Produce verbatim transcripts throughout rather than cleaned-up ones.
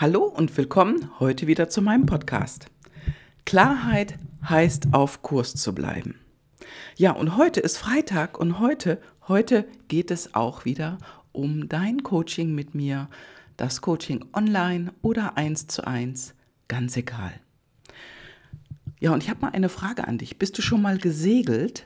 Hallo und willkommen heute wieder zu meinem Podcast. Klarheit heißt, auf Kurs zu bleiben. Ja, und heute ist Freitag und heute, heute geht es auch wieder um dein Coaching mit mir, das Coaching online oder eins zu eins, ganz egal. Ja, und ich habe mal eine Frage an dich. Bist du schon mal gesegelt?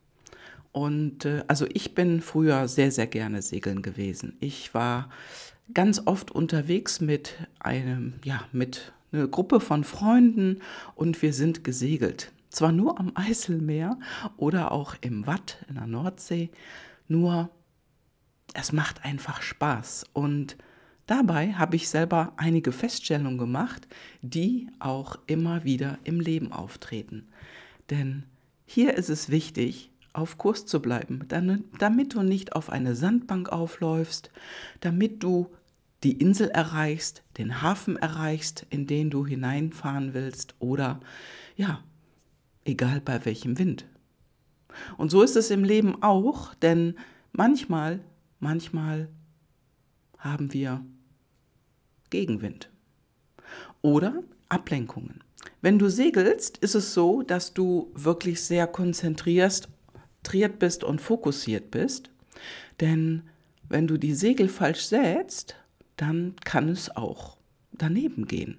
Und äh, also ich bin früher sehr, sehr gerne segeln gewesen. Ich war ganz oft unterwegs mit einem, ja, mit einer Gruppe von Freunden und wir sind gesegelt. Zwar nur am Eiselmeer oder auch im Watt in der Nordsee, nur es macht einfach Spaß. Und dabei habe ich selber einige Feststellungen gemacht, die auch immer wieder im Leben auftreten. Denn hier ist es wichtig, auf Kurs zu bleiben, damit du nicht auf eine Sandbank aufläufst, damit du die Insel erreichst, den Hafen erreichst, in den du hineinfahren willst oder, ja, egal bei welchem Wind. Und so ist es im Leben auch, denn manchmal, manchmal haben wir Gegenwind oder Ablenkungen. Wenn du segelst, ist es so, dass du wirklich sehr konzentriert bist und fokussiert bist, denn wenn du die Segel falsch setzt, dann kann es auch daneben gehen.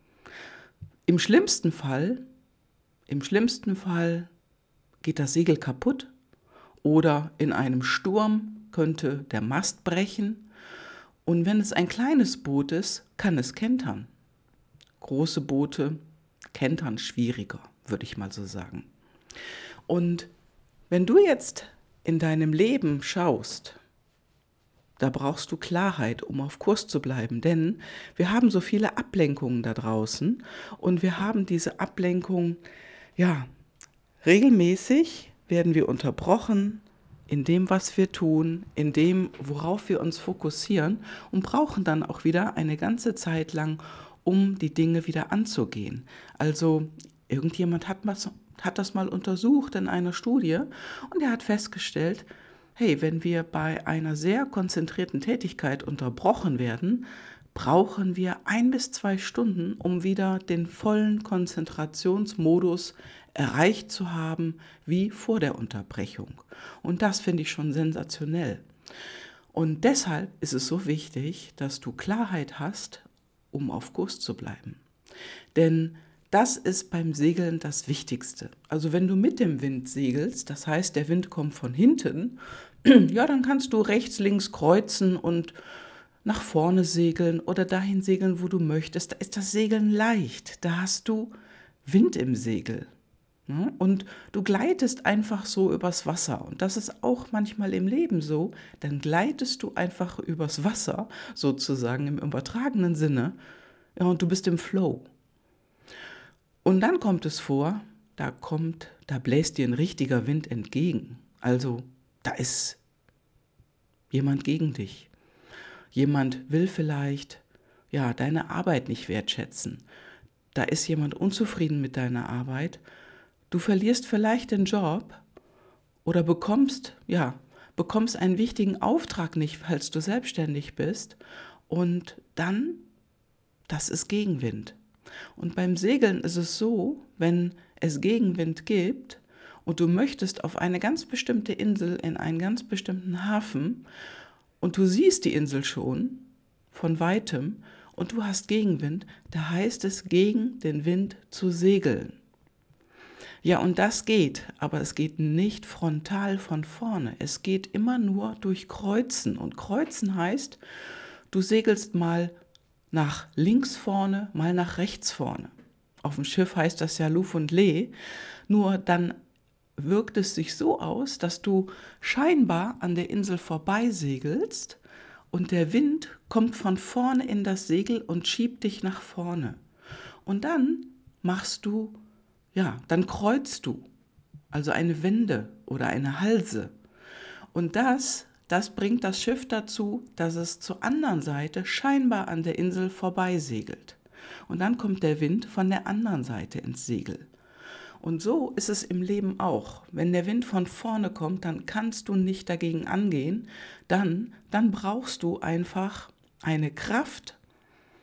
Im schlimmsten Fall, im schlimmsten Fall geht das Segel kaputt oder in einem Sturm könnte der Mast brechen und wenn es ein kleines Boot ist, kann es kentern. Große Boote kentern schwieriger, würde ich mal so sagen. Und wenn du jetzt in deinem Leben schaust, da brauchst du Klarheit, um auf Kurs zu bleiben, denn wir haben so viele Ablenkungen da draußen und wir haben diese Ablenkung, ja, regelmäßig werden wir unterbrochen in dem, was wir tun, in dem, worauf wir uns fokussieren und brauchen dann auch wieder eine ganze Zeit lang, um die Dinge wieder anzugehen. Also irgendjemand hat, was, hat das mal untersucht in einer Studie und er hat festgestellt, hey, wenn wir bei einer sehr konzentrierten Tätigkeit unterbrochen werden, brauchen wir ein bis zwei Stunden, um wieder den vollen Konzentrationsmodus erreicht zu haben, wie vor der Unterbrechung. Und das finde ich schon sensationell. Und deshalb ist es so wichtig, dass du Klarheit hast, um auf Kurs zu bleiben. Denn das ist beim Segeln das Wichtigste. Also wenn du mit dem Wind segelst, das heißt, der Wind kommt von hinten, ja, dann kannst du rechts, links kreuzen und nach vorne segeln oder dahin segeln, wo du möchtest. Da ist das Segeln leicht, da hast du Wind im Segel. Ja, und du gleitest einfach so übers Wasser. Und das ist auch manchmal im Leben so. Dann gleitest du einfach übers Wasser, sozusagen im übertragenen Sinne. Ja, und du bist im Flow. Und dann kommt es vor, da kommt, da bläst dir ein richtiger Wind entgegen. Also da ist jemand gegen dich. Jemand will vielleicht, ja, deine Arbeit nicht wertschätzen. Da ist jemand unzufrieden mit deiner Arbeit. Du verlierst vielleicht den Job oder bekommst, ja, bekommst einen wichtigen Auftrag nicht, falls du selbstständig bist. Und dann, das ist Gegenwind. Und beim Segeln ist es so, wenn es Gegenwind gibt und du möchtest auf eine ganz bestimmte Insel in einen ganz bestimmten Hafen und du siehst die Insel schon von weitem und du hast Gegenwind, da heißt es, gegen den Wind zu segeln. Ja, und das geht, aber es geht nicht frontal von vorne. Es geht immer nur durch Kreuzen. Und Kreuzen heißt, du segelst mal nach links vorne, mal nach rechts vorne. Auf dem Schiff heißt das ja Luf und Lee. Nur dann wirkt es sich so aus, dass du scheinbar an der Insel vorbei segelst und der Wind kommt von vorne in das Segel und schiebt dich nach vorne. Und dann machst du, ja, dann kreuzt du, also eine Wende oder eine Halse. Und das, das bringt das Schiff dazu, dass es zur anderen Seite scheinbar an der Insel vorbei segelt. Und dann kommt der Wind von der anderen Seite ins Segel. Und so ist es im Leben auch. Wenn der Wind von vorne kommt, dann kannst du nicht dagegen angehen. Dann, dann brauchst du einfach eine Kraft,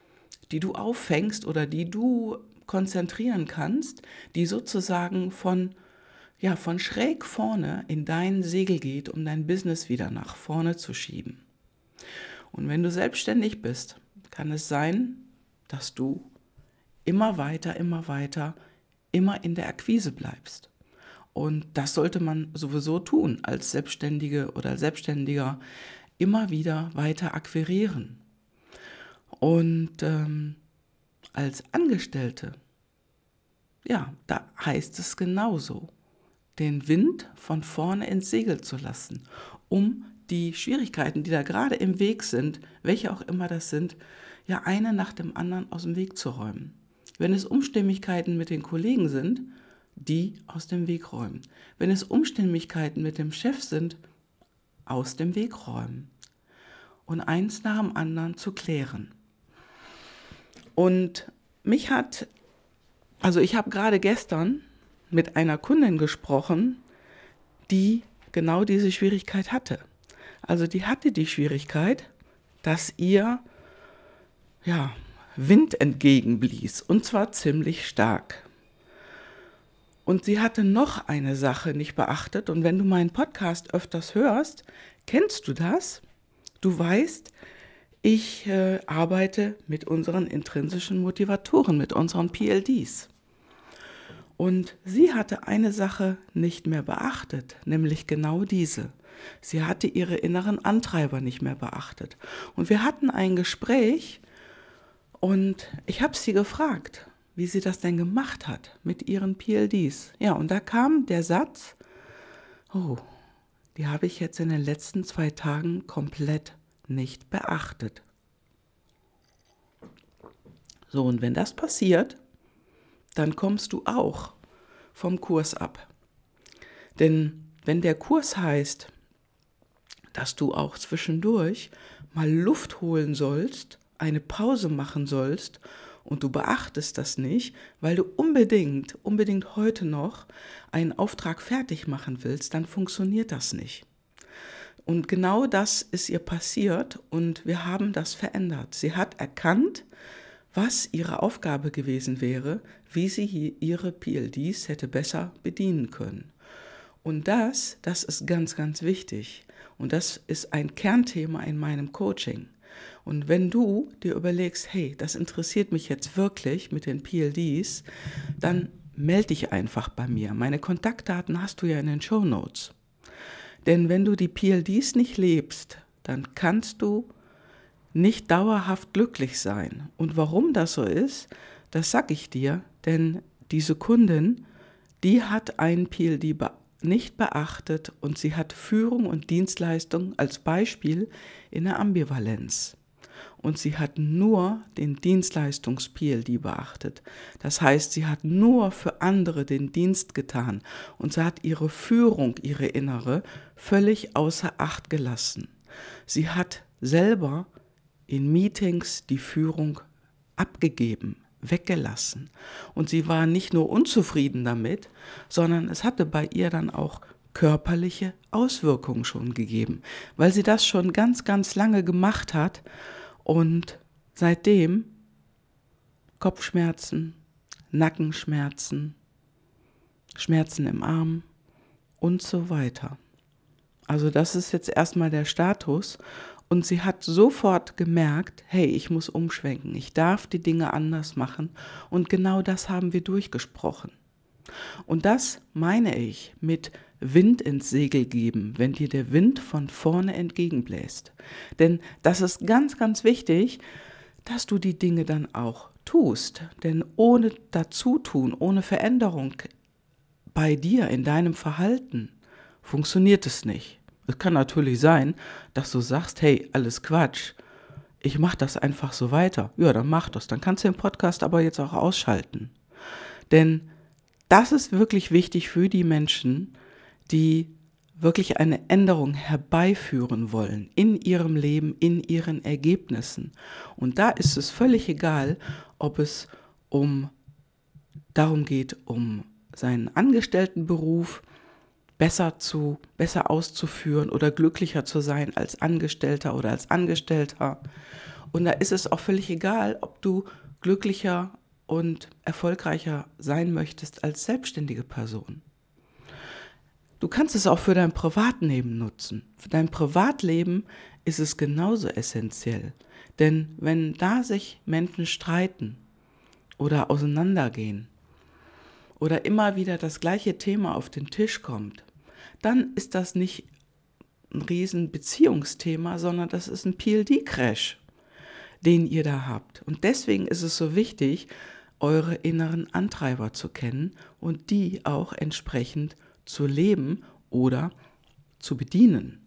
die du auffängst oder die du konzentrieren kannst, die sozusagen von, ja, von schräg vorne in dein Segel geht, um dein Business wieder nach vorne zu schieben. Und wenn du selbstständig bist, kann es sein, dass du immer weiter, immer weiter, immer in der Akquise bleibst. Und das sollte man sowieso tun, als Selbstständige oder Selbstständiger, immer wieder weiter akquirieren. Und ähm, als Angestellte, ja, da heißt es genauso, den Wind von vorne ins Segel zu lassen, um die Schwierigkeiten, die da gerade im Weg sind, welche auch immer das sind, ja eine nach dem anderen aus dem Weg zu räumen. Wenn es Unstimmigkeiten mit den Kollegen sind, die aus dem Weg räumen. Wenn es Unstimmigkeiten mit dem Chef sind, aus dem Weg räumen. Und eins nach dem anderen zu klären. Und mich hat, also ich habe gerade gestern mit einer Kundin gesprochen, die genau diese Schwierigkeit hatte. Also die hatte die Schwierigkeit, dass ihr ja, Wind entgegenblies, und zwar ziemlich stark. Und sie hatte noch eine Sache nicht beachtet, und wenn du meinen Podcast öfters hörst, kennst du das? Du weißt, ich äh, arbeite mit unseren intrinsischen Motivatoren, mit unseren P L Ds. Und sie hatte eine Sache nicht mehr beachtet, nämlich genau diese. Sie hatte ihre inneren Antreiber nicht mehr beachtet. Und wir hatten ein Gespräch und ich habe sie gefragt, wie sie das denn gemacht hat mit ihren P L Ds. Ja, und da kam der Satz, oh, die habe ich jetzt in den letzten zwei Tagen komplett nicht beachtet. So, und wenn das passiert, dann kommst du auch vom Kurs ab. Denn wenn der Kurs heißt, dass du auch zwischendurch mal Luft holen sollst, eine Pause machen sollst und du beachtest das nicht, weil du unbedingt, unbedingt heute noch einen Auftrag fertig machen willst, dann funktioniert das nicht. Und genau das ist ihr passiert und wir haben das verändert. Sie hat erkannt, was ihre Aufgabe gewesen wäre, wie sie ihre P L Ds hätte besser bedienen können. Und das, das ist ganz, ganz wichtig. Und das ist ein Kernthema in meinem Coaching. Und wenn du dir überlegst, hey, das interessiert mich jetzt wirklich mit den P L Ds, dann melde dich einfach bei mir. Meine Kontaktdaten hast du ja in den Shownotes. Denn wenn du die P L Ds nicht lebst, dann kannst du nicht dauerhaft glücklich sein. Und warum das so ist, das sag ich dir, denn diese Kundin, die hat einen P L D be- nicht beachtet und sie hat Führung und Dienstleistung als Beispiel in der Ambivalenz. Und sie hat nur den Dienstleistungs-P L D beachtet. Das heißt, sie hat nur für andere den Dienst getan und sie hat ihre Führung, ihre innere, völlig außer Acht gelassen. Sie hat selber in Meetings die Führung abgegeben, weggelassen. Und sie war nicht nur unzufrieden damit, sondern es hatte bei ihr dann auch körperliche Auswirkungen schon gegeben, weil sie das schon ganz, ganz lange gemacht hat und seitdem Kopfschmerzen, Nackenschmerzen, Schmerzen im Arm und so weiter. Also das ist jetzt erstmal der Status. Und sie hat sofort gemerkt, hey, ich muss umschwenken, ich darf die Dinge anders machen. Und genau das haben wir durchgesprochen. Und das meine ich mit Wind ins Segel geben, wenn dir der Wind von vorne entgegenbläst. Denn das ist ganz, ganz wichtig, dass du die Dinge dann auch tust. Denn ohne Dazutun, ohne Veränderung bei dir in deinem Verhalten funktioniert es nicht. Es kann natürlich sein, dass du sagst, hey, alles Quatsch, ich mache das einfach so weiter. Ja, dann mach das. Dann kannst du den Podcast aber jetzt auch ausschalten. Denn das ist wirklich wichtig für die Menschen, die wirklich eine Änderung herbeiführen wollen in ihrem Leben, in ihren Ergebnissen. Und da ist es völlig egal, ob es um darum geht, um seinen Angestelltenberuf, besser zu, besser auszuführen oder glücklicher zu sein als Angestellter oder als Angestellter. Und da ist es auch völlig egal, ob du glücklicher und erfolgreicher sein möchtest als selbstständige Person. Du kannst es auch für dein Privatleben nutzen. Für dein Privatleben ist es genauso essentiell. Denn wenn da sich Menschen streiten oder auseinandergehen oder immer wieder das gleiche Thema auf den Tisch kommt, dann ist das nicht ein riesen Beziehungsthema, sondern das ist ein P L D-Crash, den ihr da habt. Und deswegen ist es so wichtig, eure inneren Antreiber zu kennen und die auch entsprechend zu leben oder zu bedienen.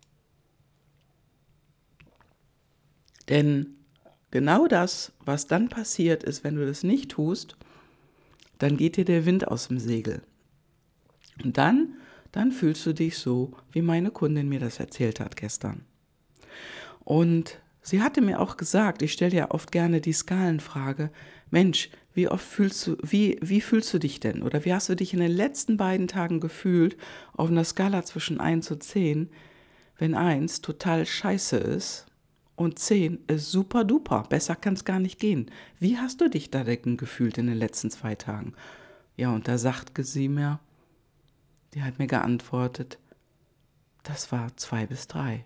Denn genau das, was dann passiert ist, wenn du das nicht tust, dann geht dir der Wind aus dem Segel. Und dann, dann fühlst du dich so, wie meine Kundin mir das erzählt hat gestern. Und sie hatte mir auch gesagt, ich stelle ja oft gerne die Skalenfrage, Mensch, wie oft fühlst du, wie, wie fühlst du dich denn? Oder wie hast du dich in den letzten beiden Tagen gefühlt auf einer Skala zwischen eins und zehn, wenn eins total scheiße ist und zehn ist super duper, besser kann es gar nicht gehen. Wie hast du dich da denn gefühlt in den letzten zwei Tagen? Ja, und da sagte sie mir, die hat mir geantwortet, das war zwei bis drei.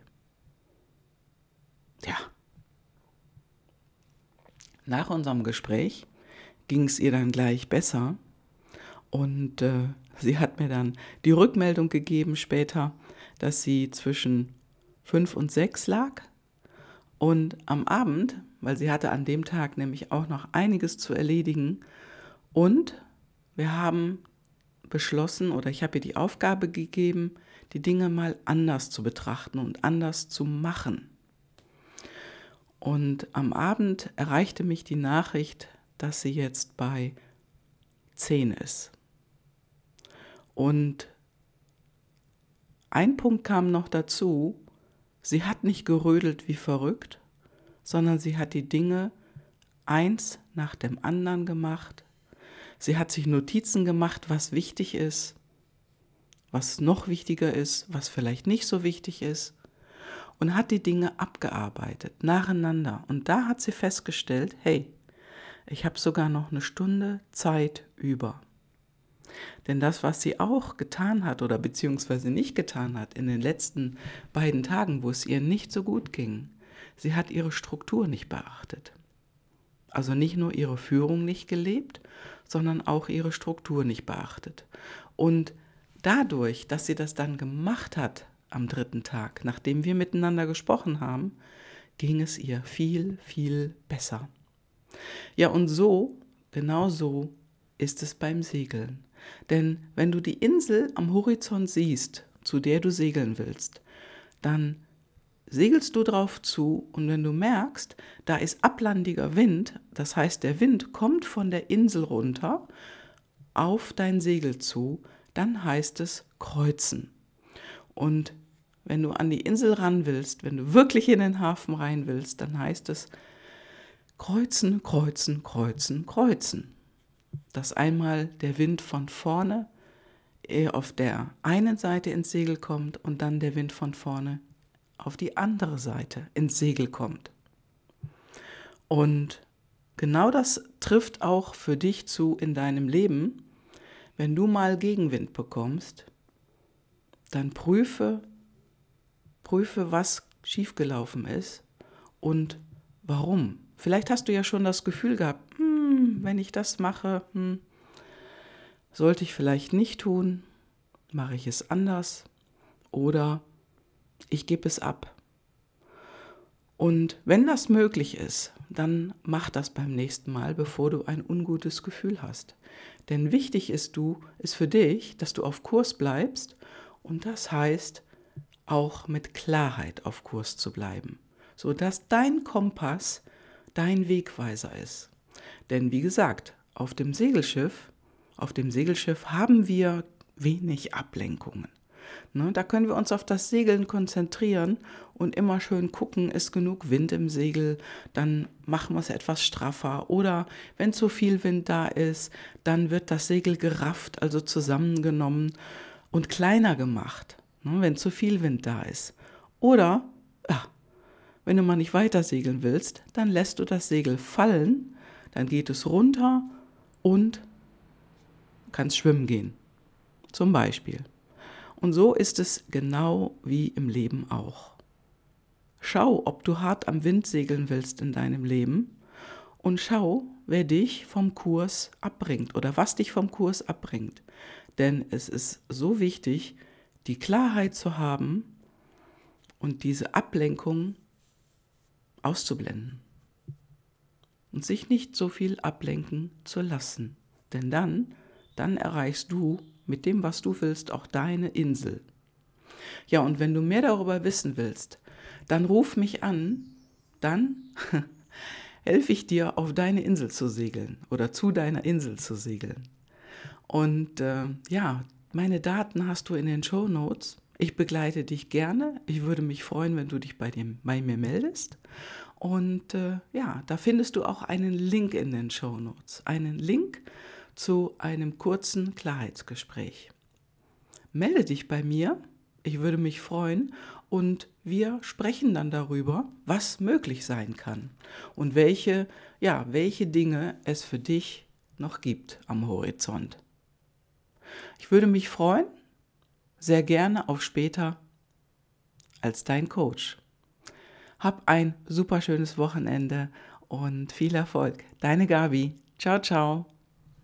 Ja. Nach unserem Gespräch ging es ihr dann gleich besser und äh, sie hat mir dann die Rückmeldung gegeben später, dass sie zwischen fünf und sechs lag und am Abend, weil sie hatte an dem Tag nämlich auch noch einiges zu erledigen und wir haben beschlossen oder ich habe ihr die Aufgabe gegeben, die Dinge mal anders zu betrachten und anders zu machen. Und am Abend erreichte mich die Nachricht, dass sie jetzt bei zehn ist. Und ein Punkt kam noch dazu, sie hat nicht gerödelt wie verrückt, sondern sie hat die Dinge eins nach dem anderen gemacht. Sie hat sich Notizen gemacht, was wichtig ist, was noch wichtiger ist, was vielleicht nicht so wichtig ist. Und hat die Dinge abgearbeitet, nacheinander. Und da hat sie festgestellt, hey, ich habe sogar noch eine Stunde Zeit über. Denn das, was sie auch getan hat oder beziehungsweise nicht getan hat in den letzten beiden Tagen, wo es ihr nicht so gut ging, sie hat ihre Struktur nicht beachtet. Also nicht nur ihre Führung nicht gelebt, sondern auch ihre Struktur nicht beachtet. Und dadurch, dass sie das dann gemacht hat, am dritten Tag, nachdem wir miteinander gesprochen haben, ging es ihr viel, viel besser. Ja, und so, genau so ist es beim Segeln. Denn wenn du die Insel am Horizont siehst, zu der du segeln willst, dann segelst du drauf zu und wenn du merkst, da ist ablandiger Wind, das heißt, der Wind kommt von der Insel runter auf dein Segel zu, dann heißt es kreuzen. Und wenn du an die Insel ran willst, wenn du wirklich in den Hafen rein willst, dann heißt es kreuzen, kreuzen, kreuzen, kreuzen. Dass einmal der Wind von vorne auf der einen Seite ins Segel kommt und dann der Wind von vorne auf die andere Seite ins Segel kommt. Und genau das trifft auch für dich zu in deinem Leben. Wenn du mal Gegenwind bekommst, dann prüfe, prüfe, was schiefgelaufen ist und warum. Vielleicht hast du ja schon das Gefühl gehabt, hm, wenn ich das mache, hm, sollte ich vielleicht nicht tun, mache ich es anders oder ich gebe es ab. Und wenn das möglich ist, dann mach das beim nächsten Mal, bevor du ein ungutes Gefühl hast. Denn wichtig ist du, ist für dich, dass du auf Kurs bleibst und das heißt, auch mit Klarheit auf Kurs zu bleiben, sodass dein Kompass dein Wegweiser ist. Denn wie gesagt, auf dem Segelschiff, auf dem Segelschiff haben wir wenig Ablenkungen. Ne, da können wir uns auf das Segeln konzentrieren und immer schön gucken, ist genug Wind im Segel, dann machen wir es etwas straffer. Oder wenn zu viel Wind da ist, dann wird das Segel gerafft, also zusammengenommen und kleiner gemacht, ne, wenn zu viel Wind da ist. Oder, ja, wenn du mal nicht weiter segeln willst, dann lässt du das Segel fallen, dann geht es runter und kannst schwimmen gehen, zum Beispiel. Und so ist es genau wie im Leben auch. Schau, ob du hart am Wind segeln willst in deinem Leben und schau, wer dich vom Kurs abbringt oder was dich vom Kurs abbringt. Denn es ist so wichtig, die Klarheit zu haben und diese Ablenkung auszublenden und sich nicht so viel ablenken zu lassen. Denn dann, dann erreichst du mit dem, was du willst, auch deine Insel. Ja, und wenn du mehr darüber wissen willst, dann ruf mich an, dann helfe ich dir, auf deine Insel zu segeln oder zu deiner Insel zu segeln. Und äh, ja, meine Daten hast du in den Shownotes. Ich begleite dich gerne. Ich würde mich freuen, wenn du dich bei, dem, bei mir meldest. Und äh, ja, da findest du auch einen Link in den Shownotes. Einen Link zu einem kurzen Klarheitsgespräch. Melde dich bei mir. Ich würde mich freuen und wir sprechen dann darüber, was möglich sein kann und welche, ja, welche Dinge es für dich noch gibt am Horizont. Ich würde mich freuen, sehr gerne auf später als dein Coach. Hab ein super schönes Wochenende und viel Erfolg. Deine Gabi. Ciao, ciao.